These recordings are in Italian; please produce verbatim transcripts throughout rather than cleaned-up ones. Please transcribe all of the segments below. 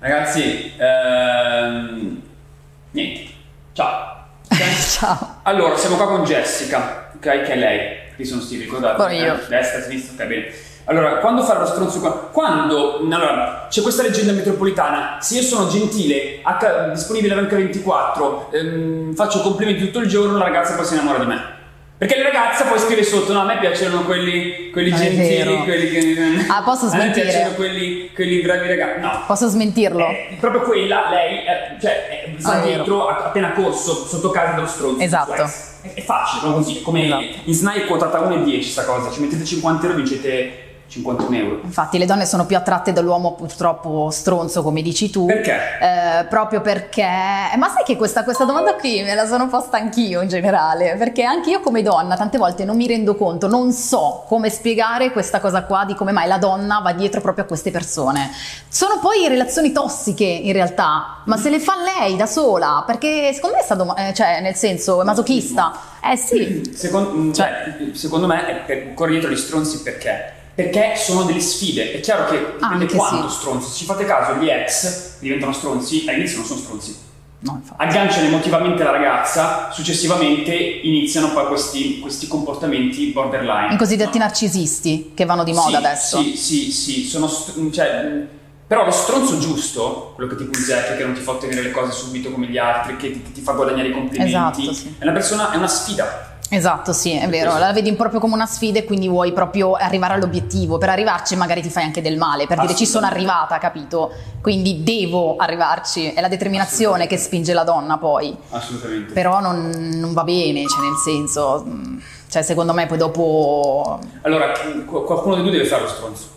Ragazzi, ehm... niente. Ciao. Okay? Ciao. Allora, siamo qua con Jessica, ok? Che è lei. Qui sono Steve, ricordate? Poi io. Eh, destra, sinistra, ok, bene. Allora, quando fare lo stronzo qua? Quando, allora, c'è questa leggenda metropolitana, se io sono gentile, H, disponibile all'H ventiquattro, ehm, faccio complimenti tutto il giorno, la ragazza poi si innamora di me. Perché la ragazza poi scrive sotto, no, a me piacciono quelli, quelli Non è gentili, vero. quelli che... Ah, posso A me smentire? piacciono quelli, quelli bravi ragazzi, no. Posso smentirlo? Eh, proprio quella, lei, eh, cioè, eh, sta Ah, è dietro, ha appena corso sotto casa dello stronzo. Esatto. È, è facile, no? Così, come Esatto. in S N A I è quotata uno virgola dieci sta cosa, ci mettete cinquanta euro e vincete cinquantuno euro. Infatti le donne sono più attratte dall'uomo purtroppo stronzo, come dici tu. Perché? Eh, proprio perché... eh, ma sai che questa, questa domanda qui me la sono posta anch'io in generale, perché anche io come donna tante volte non mi rendo conto, non so come spiegare questa cosa qua di come mai la donna va dietro proprio a queste persone. Sono poi relazioni tossiche in realtà, ma se le fa lei da sola, perché secondo me è stato, eh, cioè nel senso, è masochista. Eh sì. Secondo, cioè, secondo me è per, corre dietro gli stronzi perché? Perché sono delle sfide. È chiaro che dipende Anche quanto sì. stronzo. Se ci fate caso, gli ex diventano stronzi, all'inizio non sono stronzi. No, infatti. Agganciano emotivamente la ragazza, successivamente iniziano poi questi, questi comportamenti borderline. I cosiddetti no? narcisisti che vanno di moda Sì, adesso. Sì, sì, sì, sono st- cioè, mh, però lo stronzo giusto, quello che ti punzecchia, che non ti fa ottenere le cose subito come gli altri, che ti, che ti fa guadagnare i complimenti, Esatto, sì. è una persona, è una sfida. Esatto, sì, è vero, la vedi proprio come una sfida e quindi vuoi proprio arrivare all'obiettivo. Per arrivarci magari ti fai anche del male, per dire ci sono arrivata, capito? Quindi devo arrivarci, è la determinazione che spinge la donna poi. Assolutamente. Però non, non va bene, cioè nel senso, cioè secondo me poi dopo... Allora, qualcuno di due deve fare lo stronzo.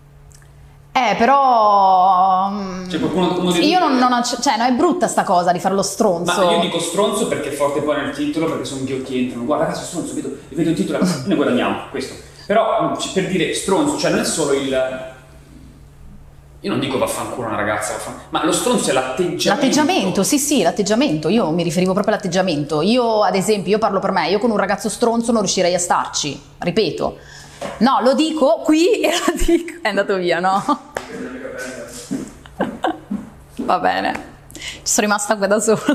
Eh, però... Cioè, qualcuno, uno dei io due- non, non acc- cioè no, è brutta sta cosa di fare lo stronzo. Ma io dico stronzo perché è forte poi nel titolo, perché sono ghiotti entrano. Guarda ragazzi, stronzo, vedo, vedo il titolo, ne guadagniamo, questo. Però per dire stronzo, cioè non è solo il... Io non dico vaffanculo una ragazza, vaffan... ma lo stronzo è l'atteggiamento. L'atteggiamento, sì sì, l'atteggiamento, io mi riferivo proprio all'atteggiamento. Io ad esempio, io parlo per me, io con un ragazzo stronzo non riuscirei a starci, ripeto. No, lo dico qui e lo dico... È andato via, no? Va bene, ci sono rimasta qua da sola.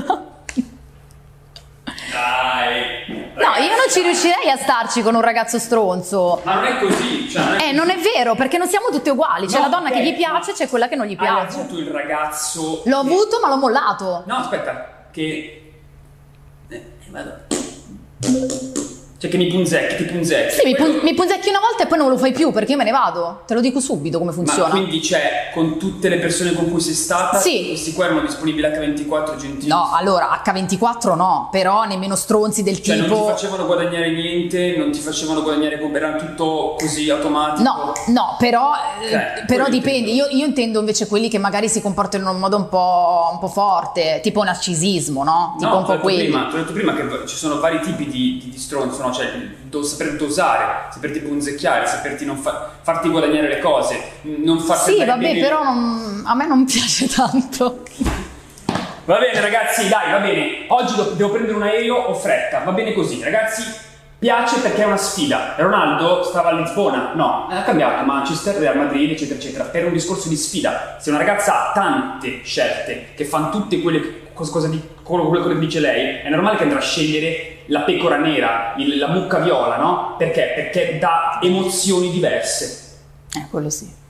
Dai! No, io non ci riuscirei a starci con un ragazzo stronzo. Ma non è così, cioè non è Eh, non è vero, perché non siamo tutte uguali. C'è No, la donna che ok, gli piace, ma c'è quella che non gli Hai piace. avuto il ragazzo... L'ho che- avuto, ma l'ho mollato. No, aspetta, che... Eh, vado. Cioè che mi punzecchi, ti punzecchi. Sì, mi, pun- mi punzecchi una volta e poi non lo fai più perché io me ne vado. Te lo dico subito come funziona. Ma quindi c'è, con tutte le persone con cui sei stata, Sì. questi qua erano disponibili acca ventiquattro gentili? No, allora acca ventiquattro no, però nemmeno stronzi del Cioè non ti tipo... facevano guadagnare niente, non ti facevano guadagnare come era tutto così automatico? No, no, però, eh, Ok, però quello dipende. intendo. Io, io intendo invece quelli che magari si comportano in un modo un po', un po' forte, tipo narcisismo, no? Tipo No, un ti ho po' detto quelli. prima, ti ho detto prima che ci sono vari tipi di, di, di stronzo, no? Cioè do, saper dosare, saperti punzecchiare, saperti non fa, farti guadagnare le cose, non farti Sì, andare vabbè, bene. però non- a me non piace tanto. Va bene ragazzi, dai, va bene. Oggi do- devo prendere un aereo, ho fretta, va bene così. Ragazzi, piace perché è una sfida. Ronaldo stava a Lisbona? No, ha cambiato Manchester, Real Madrid, eccetera, eccetera, per un discorso di sfida. Se una ragazza ha tante scelte, che fanno tutte quelle cosa, cosa di, quello, quello che dice lei, è normale che andrà a scegliere la pecora nera, il- la mucca viola, no? Perché? Perché dà emozioni diverse. Eh, quello sì.